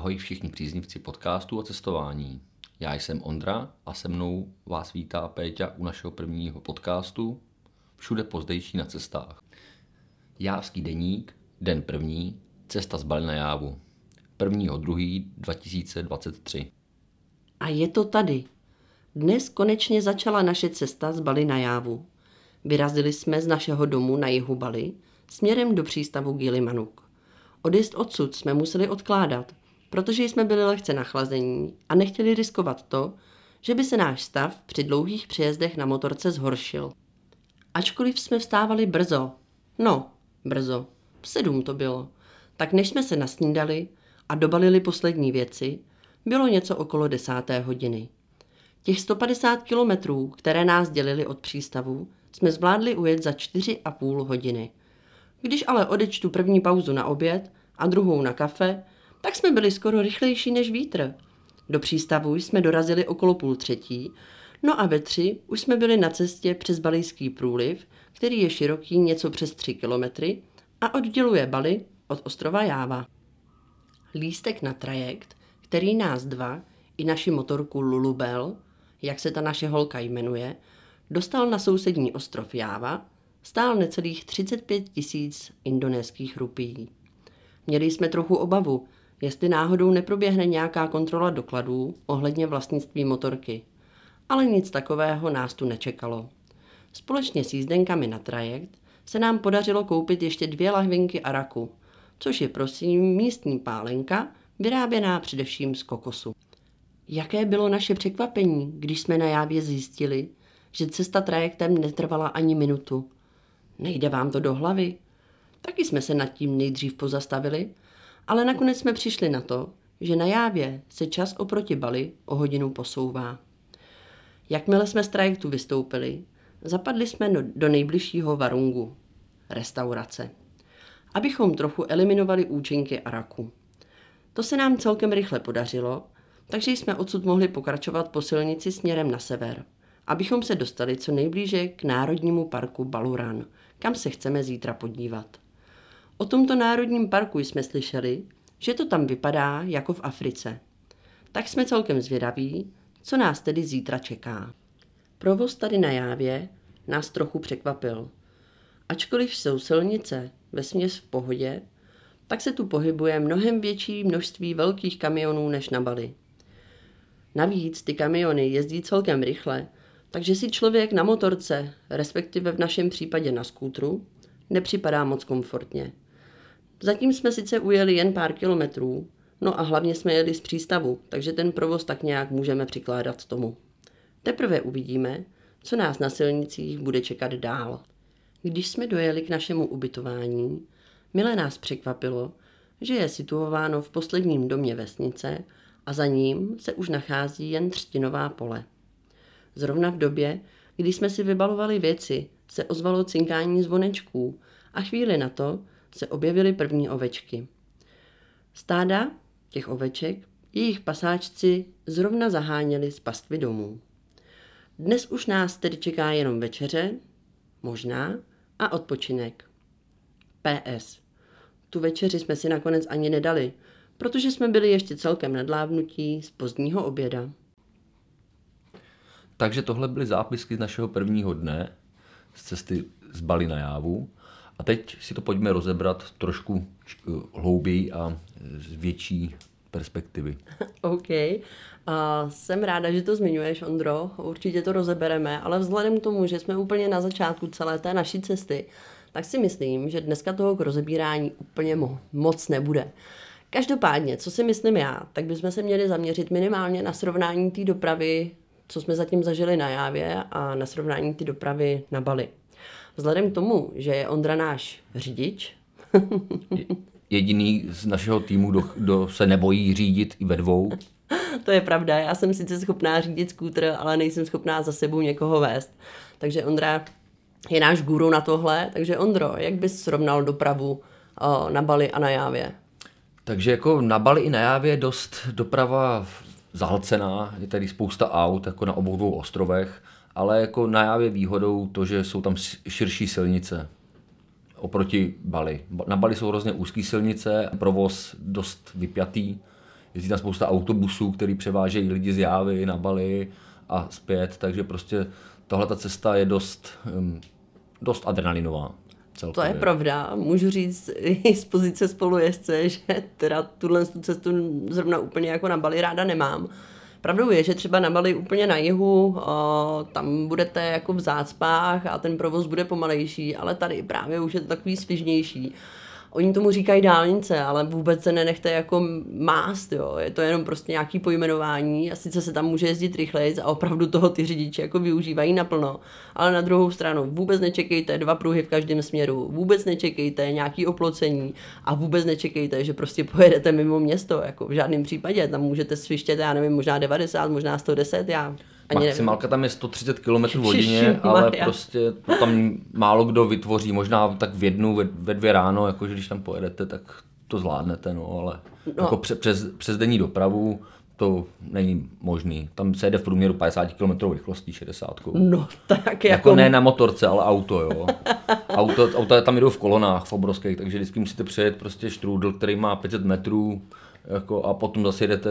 Ahoj všichni příznivci podcastu o cestování. Já jsem Ondra a se mnou vás vítá Péťa u našeho prvního podcastu Všude pozdejší na cestách. Jávský deník, den první, cesta z Bali na Jávu. 1.2.2023. A je to tady. Dnes konečně začala naše cesta z Bali na Jávu. Vyrazili jsme z našeho domu na jihu Bali směrem do přístavu Gilimanuk. Odjezd odsud jsme museli odkládat, protože jsme byli lehce nachlazení a nechtěli riskovat to, že by se náš stav při dlouhých přejezdech na motorce zhoršil. Ačkoliv jsme vstávali brzo, v 7 to bylo, tak než jsme se nasnídali a dobalili poslední věci, bylo něco okolo 10. hodiny. Těch 150 kilometrů, které nás dělili od přístavu, jsme zvládli ujet za 4,5 hodiny. Když ale odečtu první pauzu na oběd a druhou na kafe, tak jsme byli skoro rychlejší než vítr. Do přístavu jsme dorazili okolo 2:30, no a ve 3 už jsme byli na cestě přes Balijský průliv, který je široký něco přes 3 kilometry a odděluje Bali od ostrova Jáva. Lístek na trajekt, který nás dva i naši motorku Lulubel, jak se ta naše holka jmenuje, dostal na sousední ostrov Jáva, stál necelých 35 000 indonéských rupií. Měli jsme trochu obavu, jestli náhodou neproběhne nějaká kontrola dokladů ohledně vlastnictví motorky. Ale nic takového nás tu nečekalo. Společně s jízdenkami na trajekt se nám podařilo koupit ještě 2 lahvinky araku, což je prosím místní pálenka, vyráběná především z kokosu. Jaké bylo naše překvapení, když jsme na Jávě zjistili, že cesta trajektem netrvala ani minutu. Nejde vám to do hlavy? Taky jsme se nad tím nejdřív pozastavili, ale nakonec jsme přišli na to, že na Jávě se čas oproti Bali o hodinu posouvá. Jakmile jsme z trajektu vystoupili, zapadli jsme do nejbližšího Warungu, restaurace, abychom trochu eliminovali účinky araku. To se nám celkem rychle podařilo, takže jsme odsud mohli pokračovat po silnici směrem na sever, abychom se dostali co nejblíže k národnímu parku Baluran, kam se chceme zítra podívat. O tomto národním parku jsme slyšeli, že to tam vypadá jako v Africe. Tak jsme celkem zvědaví, co nás tedy zítra čeká. Provoz tady na Jávě nás trochu překvapil. Ačkoliv jsou silnice vesměs v pohodě, tak se tu pohybuje mnohem větší množství velkých kamionů než na Bali. Navíc ty kamiony jezdí celkem rychle, takže si člověk na motorce, respektive v našem případě na skútru, nepřipadá moc komfortně. Zatím jsme sice ujeli jen pár kilometrů, no a hlavně jsme jeli z přístavu, takže ten provoz tak nějak můžeme přikládat tomu. Teprve uvidíme, co nás na silnicích bude čekat dál. Když jsme dojeli k našemu ubytování, mile nás překvapilo, že je situováno v posledním domě vesnice a za ním se už nachází jen třtinová pole. Zrovna v době, kdy jsme si vybalovali věci, se ozvalo cinkání zvonečků a chvíli na to se objevily první ovečky. Stáda těch oveček jejich pasáčci zrovna zaháněli z pastvy domů. Dnes už nás tedy čeká jenom večeře, možná, a odpočinek. PS. Tu večeři jsme si nakonec ani nedali, protože jsme byli ještě celkem nadlávnutí z pozdního oběda. Takže tohle byly zápisky z našeho prvního dne z cesty z Bali na Jávu. A teď si to pojďme rozebrat trošku hlouběji a z větší perspektivy. OK. A jsem ráda, že to zmiňuješ, Ondro. Určitě to rozebereme, ale vzhledem k tomu, že jsme úplně na začátku celé té naší cesty, tak si myslím, že dneska toho k rozebírání úplně moc nebude. Každopádně, co si myslím já, tak bychom se měli zaměřit minimálně na srovnání té dopravy, co jsme zatím zažili na Jávě, a na srovnání té dopravy na Bali. Vzhledem k tomu, že je Ondra náš řidič. Jediný z našeho týmu, kdo se nebojí řídit i ve dvou. To je pravda, já jsem sice schopná řídit skútr, ale nejsem schopná za sebou někoho vést. Takže Ondra je náš guru na tohle. Takže Ondro, jak bys srovnal dopravu na Bali a na Jávě? Takže jako na Bali i na Jávě je dost doprava zahlcená, je tady spousta aut jako na obou dvou ostrovech, ale jako na Jávě výhodou to, že jsou tam širší silnice oproti Bali. Na Bali jsou hrozně úzké silnice, provoz dost vypjatý, jezdí tam spousta autobusů, který převážejí lidi z Jávy na Bali a zpět, takže prostě tahle ta cesta je dost adrenalinová. Celkově. To je pravda. Můžu říct i z pozice spolujezdce, že teda tuhle cestu zrovna úplně jako na Bali ráda nemám. Pravdou je, že třeba na Bali úplně na jihu, tam budete jako v zácpách a ten provoz bude pomalejší, ale tady právě už je to takový svižnější. Oni tomu říkají dálnice, ale vůbec se nenechte jako mást, jo. Je to jenom prostě nějaký pojmenování a sice se tam může jezdit rychleji a opravdu toho ty řidiči jako využívají naplno. Ale na druhou stranu vůbec nečekejte 2 pruhy v každém směru, vůbec nečekejte nějaký oplocení a vůbec nečekejte, že prostě pojedete mimo město, jako v žádném případě. Tam můžete svištět, já nevím, možná 90, možná 110, já maximálka tam je 130 km/h, ale prostě to tam málo kdo vytvoří, možná tak v 1, ve 2 ráno, jakože když tam pojedete, tak to zvládnete, no, ale jako přes denní dopravu to není možný. Tam se jede v průměru 50 km rychlostí 60. No, tak jako ne na motorce, ale auto, jo. Auta tam jdou v kolonách, v obrovských, takže vždycky musíte přejet prostě štrůdl, který má 500 metrů, jako, a potom zase jedete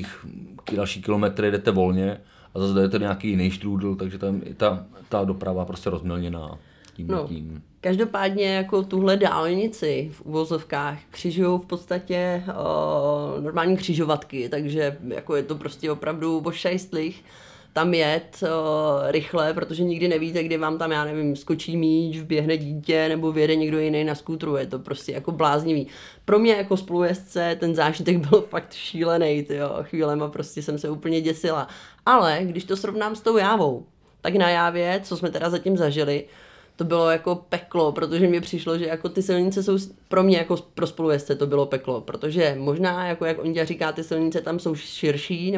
další kilometry, jdete volně. A zase dojete nějaký jiný štrůdl, takže tam je ta doprava prostě rozmělněná tím. Každopádně jako tuhle dálnici v uvozovkách křižují v podstatě normální křižovatky, takže jako je to prostě opravdu ošajstlých tam jet rychle, protože nikdy nevíte, kdy vám tam, já nevím, skočí míč, vběhne dítě nebo vyjede někdo jiný na skútru, je to prostě jako bláznivý. Pro mě jako spolujezdce ten zážitek byl fakt šílený, chvílema prostě jsem se úplně děsila. Ale když to srovnám s tou Jávou, tak na Jávě, co jsme teda zatím zažili, to bylo jako peklo, protože mi přišlo, že jako ty silnice jsou pro mě jako pro spolujezdce to bylo peklo, protože možná, jako jak Ondě říká, ty silnice tam jsou širší,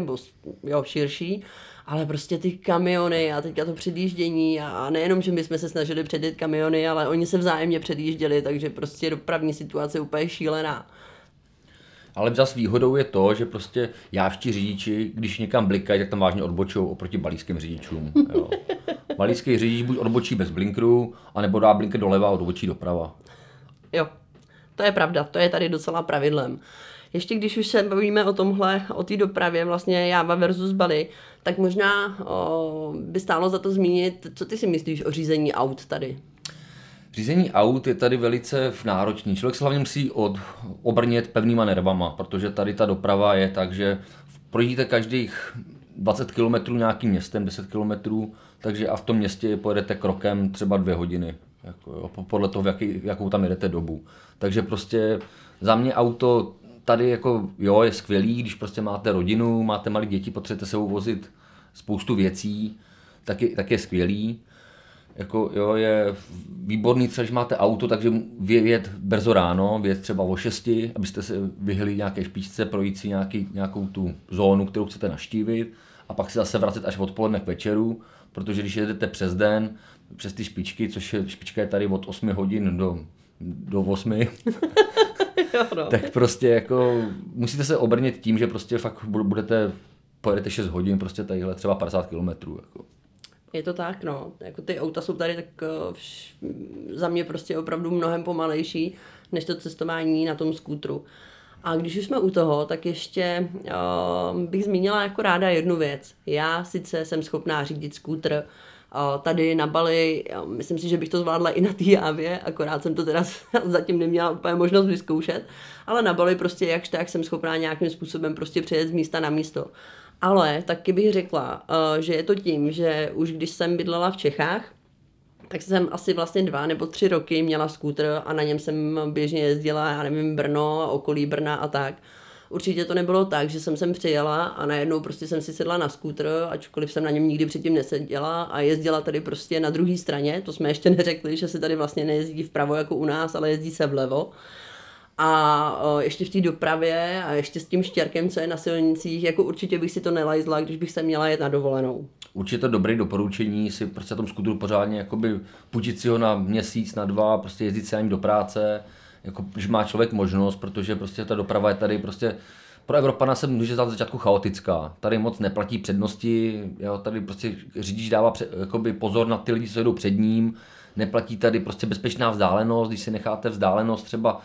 širší, ale prostě ty kamiony a teďka to předjíždění a nejenom, že my jsme se snažili předjet kamiony, ale oni se vzájemně předjížděli, takže prostě dopravní situace je úplně šílená. Ale zase výhodou je to, že prostě jávští řidiči, když někam blikají, tak tam vážně odbočou oproti balijským řidičům. Jo. Balijský řidič buď odbočí bez blinkru, anebo dá blinker doleva a odbočí doprava. Jo, to je pravda, to je tady docela pravidlem. Ještě když už se bavíme o tomhle, o té dopravě, vlastně Jáva versus Bali, tak možná by stálo za to zmínit, co ty si myslíš o řízení aut tady? Řízení aut je tady velice náročný. Člověk se hlavně musí obrnit pevnýma nervama, protože tady ta doprava je tak, že projíždíte každých 20 km nějakým městem, 10 km, takže a v tom městě pojedete krokem třeba 2 hodiny, jako, jo, podle toho, jakou tam jedete dobu. Takže prostě za mě auto tady jako, jo, je skvělý, když prostě máte rodinu, máte malé děti, potřebujete se uvozit spoustu věcí, tak je skvělý. Jako, jo, je výborný třeba, když máte auto, takže vyjet brzo ráno, vyjet třeba o 6, abyste se vyhli nějaké špičce, projít si nějakou tu zónu, kterou chcete navštívit a pak se zase vracet až odpoledne k večeru, protože když jedete přes den, přes ty špičky, špička je tady od 8 hodin do 8, jo, no. Tak prostě jako musíte se obrnit tím, že prostě fakt pojedete 6 hodin, prostě tadyhle třeba 50 kilometrů. Jako. Je to tak, no. Jako ty auta jsou tady tak za mě prostě opravdu mnohem pomalejší, než to cestování na tom skútru. A když už jsme u toho, tak ještě bych zmínila jako ráda jednu věc. Já sice jsem schopná řídit skútr, tady na Bali, myslím si, že bych to zvládla i na té Jávě, akorát jsem to teda zatím neměla úplně možnost vyzkoušet, ale na Bali prostě jakž tak jsem schopná nějakým způsobem prostě přejet z místa na místo. Ale taky bych řekla, že je to tím, že už když jsem bydlela v Čechách, tak jsem asi vlastně 2 nebo 3 roky měla skútr a na něm jsem běžně jezdila, já nevím, Brno, okolí Brna a tak. Určitě to nebylo tak, že jsem sem přijela a najednou prostě jsem si sedla na skútr, ačkoliv jsem na něm nikdy předtím neseděla a jezdila tady prostě na druhé straně. To jsme ještě neřekli, že se tady vlastně nejezdí vpravo jako u nás, ale jezdí se vlevo. A ještě v té dopravě a ještě s tím štěrkem, co je na silnicích, jako určitě bych si to nelajzla, když bych se měla jet na dovolenou. Určitě dobré doporučení si prostě na tom skútru pořádně jakoby půjčit si ho na měsíc, na 2, prostě jezdit se do práce, jako, když má člověk možnost, protože prostě ta doprava je tady prostě pro Evropana se může zdát začátku chaotická. Tady moc neplatí přednosti, jo, tady prostě řidič dává jakoby pozor na ty lidi, co jedou před ním, neplatí tady prostě bezpečná vzdálenost, když si necháte vzdálenost třeba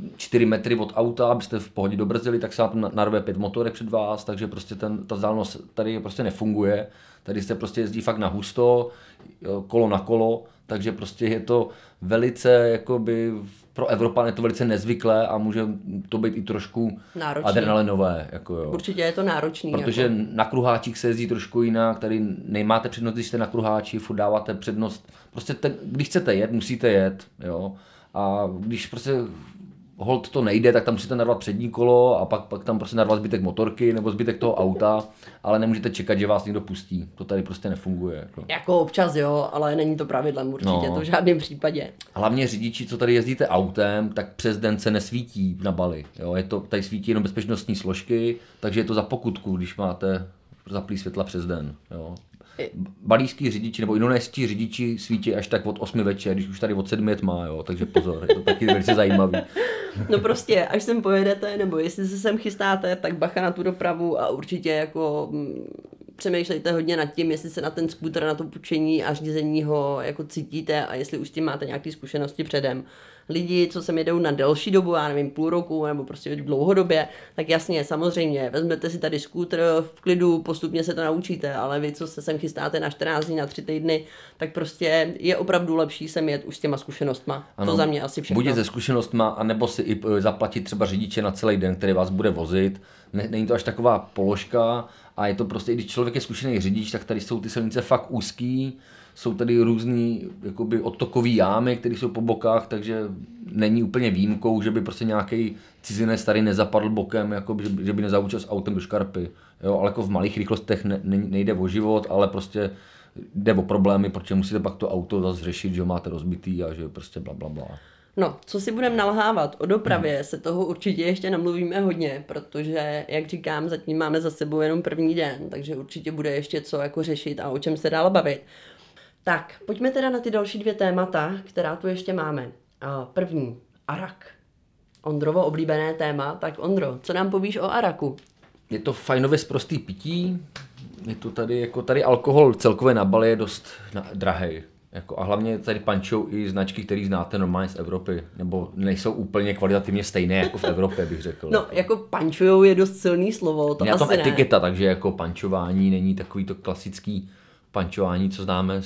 4 metry od auta, abyste v pohodě dobrzdili, tak se vám narve 5 motorek před vás, takže prostě ta vzdálenost tady prostě nefunguje. Tady se prostě jezdí fakt na husto, kolo na kolo, takže prostě je to velice jakoby pro Evropany je to velice nezvyklé a může to být i trošku náročný. Adrenalinové. Jako jo. Určitě je to náročný. Protože jako na kruháčích se jezdí trošku jinak, tady nemáte přednost, když jste na kruháči, furt dáváte přednost. Prostě když chcete jet, musíte jet. Jo. A když prostě hold to nejde, tak tam musíte narvat přední kolo a pak tam prostě narvat zbytek motorky nebo zbytek toho auta, ale nemůžete čekat, že vás někdo pustí. To tady prostě nefunguje. Jako občas jo, ale není to pravidlem určitě, to v žádném případě. Hlavně řidiči, co tady jezdíte autem, tak přes den se nesvítí na Bali. Jo. Tady svítí jenom bezpečnostní složky, takže je to za pokutku, když máte zaplý světla přes den. Jo. Balijský řidiči nebo indonéští řidiči svítí až tak od 8 večer, když už tady od 7 je tma, jo, takže pozor, je to taky velice zajímavý. No prostě, až sem pojedete, nebo jestli se sem chystáte, tak bacha na tu dopravu a určitě jako přemýšlejte hodně nad tím, jestli se na ten skútr, na to půjčení a řízení ho jako cítíte a jestli už s tím máte nějaké zkušenosti předem. Lidi, co sem jedou na delší dobu, já nevím, půl roku nebo prostě dlouhodobě, tak jasně, samozřejmě, vezmete si tady skútr v klidu, postupně se to naučíte, ale vy, co se sem chystáte na 14 dní, na 3 týdny, tak prostě je opravdu lepší sem jet už s těma zkušenostma. Ano, to za mě asi všechno. Buď se zkušenostma, anebo si i zaplatit třeba řidiče na celý den, který vás bude vozit. Není to až taková položka a je to prostě, i když člověk je zkušený řidič, tak tady jsou ty silnice fakt úzký. Jsou tady různý jakoby odtokový jámy, které jsou po bokách, takže není úplně výjimkou, že by prostě nějaký cizinec tady nezapadl bokem, jakoby, že by nezaučil s autem do škarpy. Jo, ale jako v malých rychlostech nejde o život, ale prostě jde o problémy, protože musíte pak to auto zase řešit, že ho máte rozbitý a že prostě blablabla. No, co si budeme nalhávat o dopravě, se toho určitě ještě namluvíme hodně, protože, jak říkám, zatím máme za sebou jenom první den, takže určitě bude ještě co jako řešit a o čem se dál bavit. Tak, pojďme teda na ty další 2 témata, která tu ještě máme. První, Arak. Ondrovo oblíbené téma. Tak Ondro, co nám povíš o Araku? Je to fajnově sprostý pití, je to tady, jako tady alkohol celkově na Bali je dost drahej. Jako, a hlavně tady pančou i značky, které znáte normálně z Evropy, nebo nejsou úplně kvalitativně stejné jako v Evropě, bych řekl. No, jako pančujou je dost silný slovo, to asi tom etiketa, ne. Takže jako pančování není takový to klasický pančování, co známe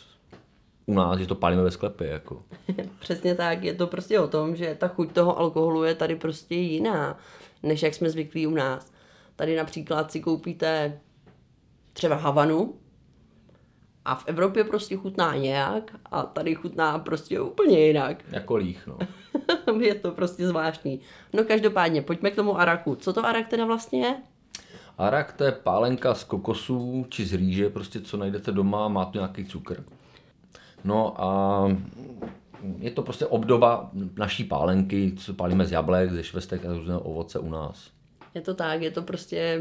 u nás, že to pálíme ve sklepě. Jako. Přesně tak, je to prostě o tom, že ta chuť toho alkoholu je tady prostě jiná, než jak jsme zvyklí u nás. Tady například si koupíte třeba Havanu a v Evropě prostě chutná nějak a tady chutná prostě úplně jinak. Jako líh, no. Je to prostě zvláštní. No každopádně, pojďme k tomu Araku. Co to Arak teda vlastně je? Arak to je pálenka z kokosů či z rýže, prostě co najdete doma, má to nějaký cukr. No a je to prostě obdoba naší pálenky, co pálíme z jablek, ze švestek a z různého ovoce u nás. Je to tak, je to prostě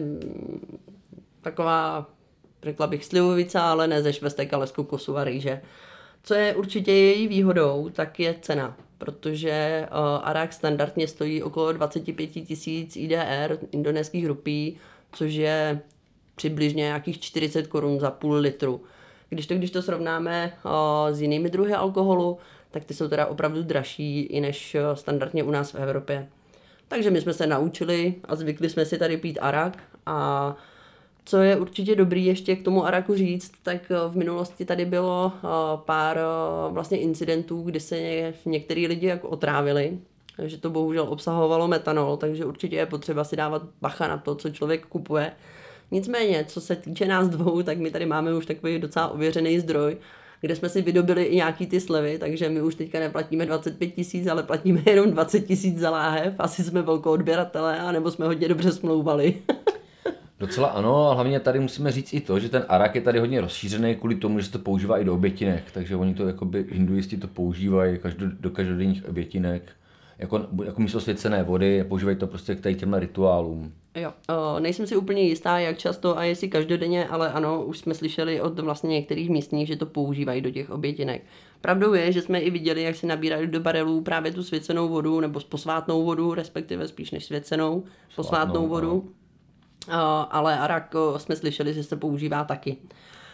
taková, řekla bych, slivovice, ale ne ze švestek, ale z kokosu a rýže. Co je určitě její výhodou, tak je cena, protože Arak standardně stojí okolo 25 000 IDR, indonéských rupí, což je přibližně nějakých 40 korun za půl litru. Když to srovnáme s jinými druhy alkoholu, tak ty jsou teda opravdu dražší i než standardně u nás v Evropě. Takže my jsme se naučili a zvykli jsme si tady pít Arak a co je určitě dobrý ještě k tomu Araku říct, tak v minulosti tady bylo pár vlastně incidentů, kdy se některý lidi jako otrávili, že to bohužel obsahovalo metanol, takže určitě je potřeba si dávat bacha na to, co člověk kupuje. Nicméně, co se týče nás dvou, tak my tady máme už takový docela ověřený zdroj, kde jsme si vydobili i nějaký ty slevy, takže my už teďka neplatíme 25 000, ale platíme jenom 20 000 za láhev. Asi jsme velkou odběratele, anebo jsme hodně dobře smlouvali. Docela ano, a hlavně tady musíme říct i to, že ten Arak je tady hodně rozšířený kvůli tomu, že se to používá i do obětinek, takže oni to jakoby hinduisti to používají do každodenních obětinek. Jako místo svěcené vody, používají to prostě k tady těmhle rituálům. Jo, nejsem si úplně jistá, jak často a jestli každodenně, ale ano, už jsme slyšeli od vlastně některých místních, že to používají do těch obětinek. Pravdou je, že jsme i viděli, jak si nabírali do barelů právě tu svěcenou vodu, nebo posvátnou vodu, respektive spíš než svěcenou, posvátnou vodu. Ale Arak jsme slyšeli, že se používá taky.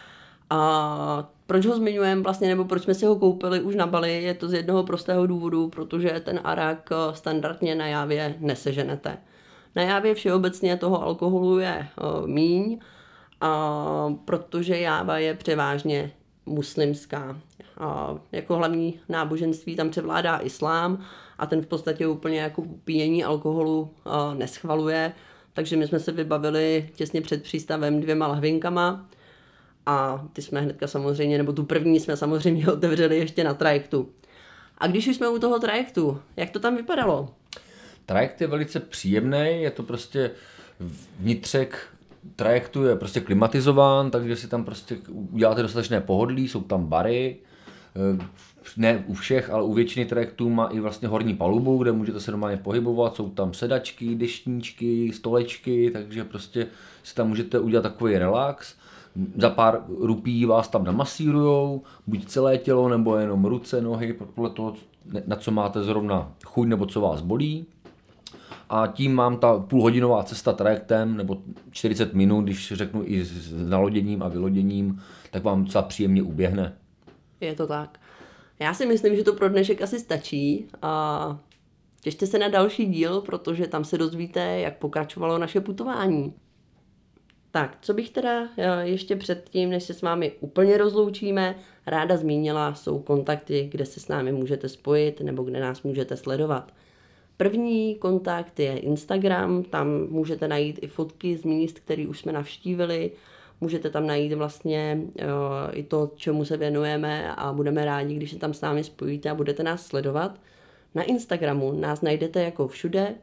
A proč ho zmiňujeme vlastně, nebo proč jsme si ho koupili už na Bali, je to z jednoho prostého důvodu, protože ten arak standardně na Jávě neseženete. Na Jávě všeobecně toho alkoholu je míň, protože Jáva je převážně muslimská. Jako hlavní náboženství tam převládá islám a ten v podstatě úplně jako píjení alkoholu neschvaluje, takže my jsme se vybavili těsně před přístavem 2 lahvinkama a ty jsme hnedka samozřejmě, nebo tu první jsme samozřejmě otevřeli ještě na trajektu. A když už jsme u toho trajektu, jak to tam vypadalo? Trajekt je velice příjemný, je to prostě vnitřek trajektu je prostě klimatizován, takže si tam prostě uděláte dostatečné pohodlí, jsou tam bary, ne u všech, ale u většiny trajektů má i vlastně horní palubu, kde můžete se normálně pohybovat, jsou tam sedačky, deštníčky, stolečky, takže prostě si tam můžete udělat takový relax. Za pár rupí vás tam namasírujou, buď celé tělo, nebo jenom ruce, nohy, podle toho, na co máte zrovna chuť, nebo co vás bolí. A tím mám ta půlhodinová cesta trajektem, nebo 40 minut, když řeknu i s naloděním a vyloděním, tak vám docela příjemně uběhne. Je to tak. Já si myslím, že to pro dnešek asi stačí a těšte se na další díl, protože tam se dozvíte, jak pokračovalo naše putování. Tak, co bych teda ještě předtím, než se s vámi úplně rozloučíme, ráda zmínila, jsou kontakty, kde se s námi můžete spojit nebo kde nás můžete sledovat. První kontakt je Instagram, tam můžete najít i fotky z míst, které už jsme navštívili, můžete tam najít vlastně i to, čemu se věnujeme a budeme rádi, když se tam s námi spojíte a budete nás sledovat. Na Instagramu nás najdete jako všude,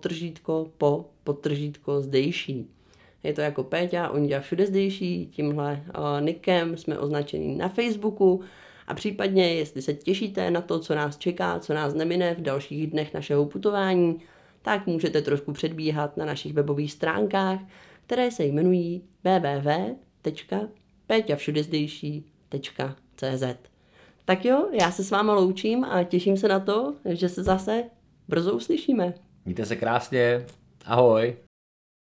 _po zdejší. Je to jako Péťa, Onďa všude zdejší, tímhle nickem jsme označení na Facebooku a případně, jestli se těšíte na to, co nás čeká, co nás nemine v dalších dnech našeho putování, tak můžete trošku předbíhat na našich webových stránkách, které se jmenují www.peťavšudezdejší.cz. Tak jo, já se s váma loučím a těším se na to, že se zase brzo uslyšíme. Mějte se krásně, ahoj.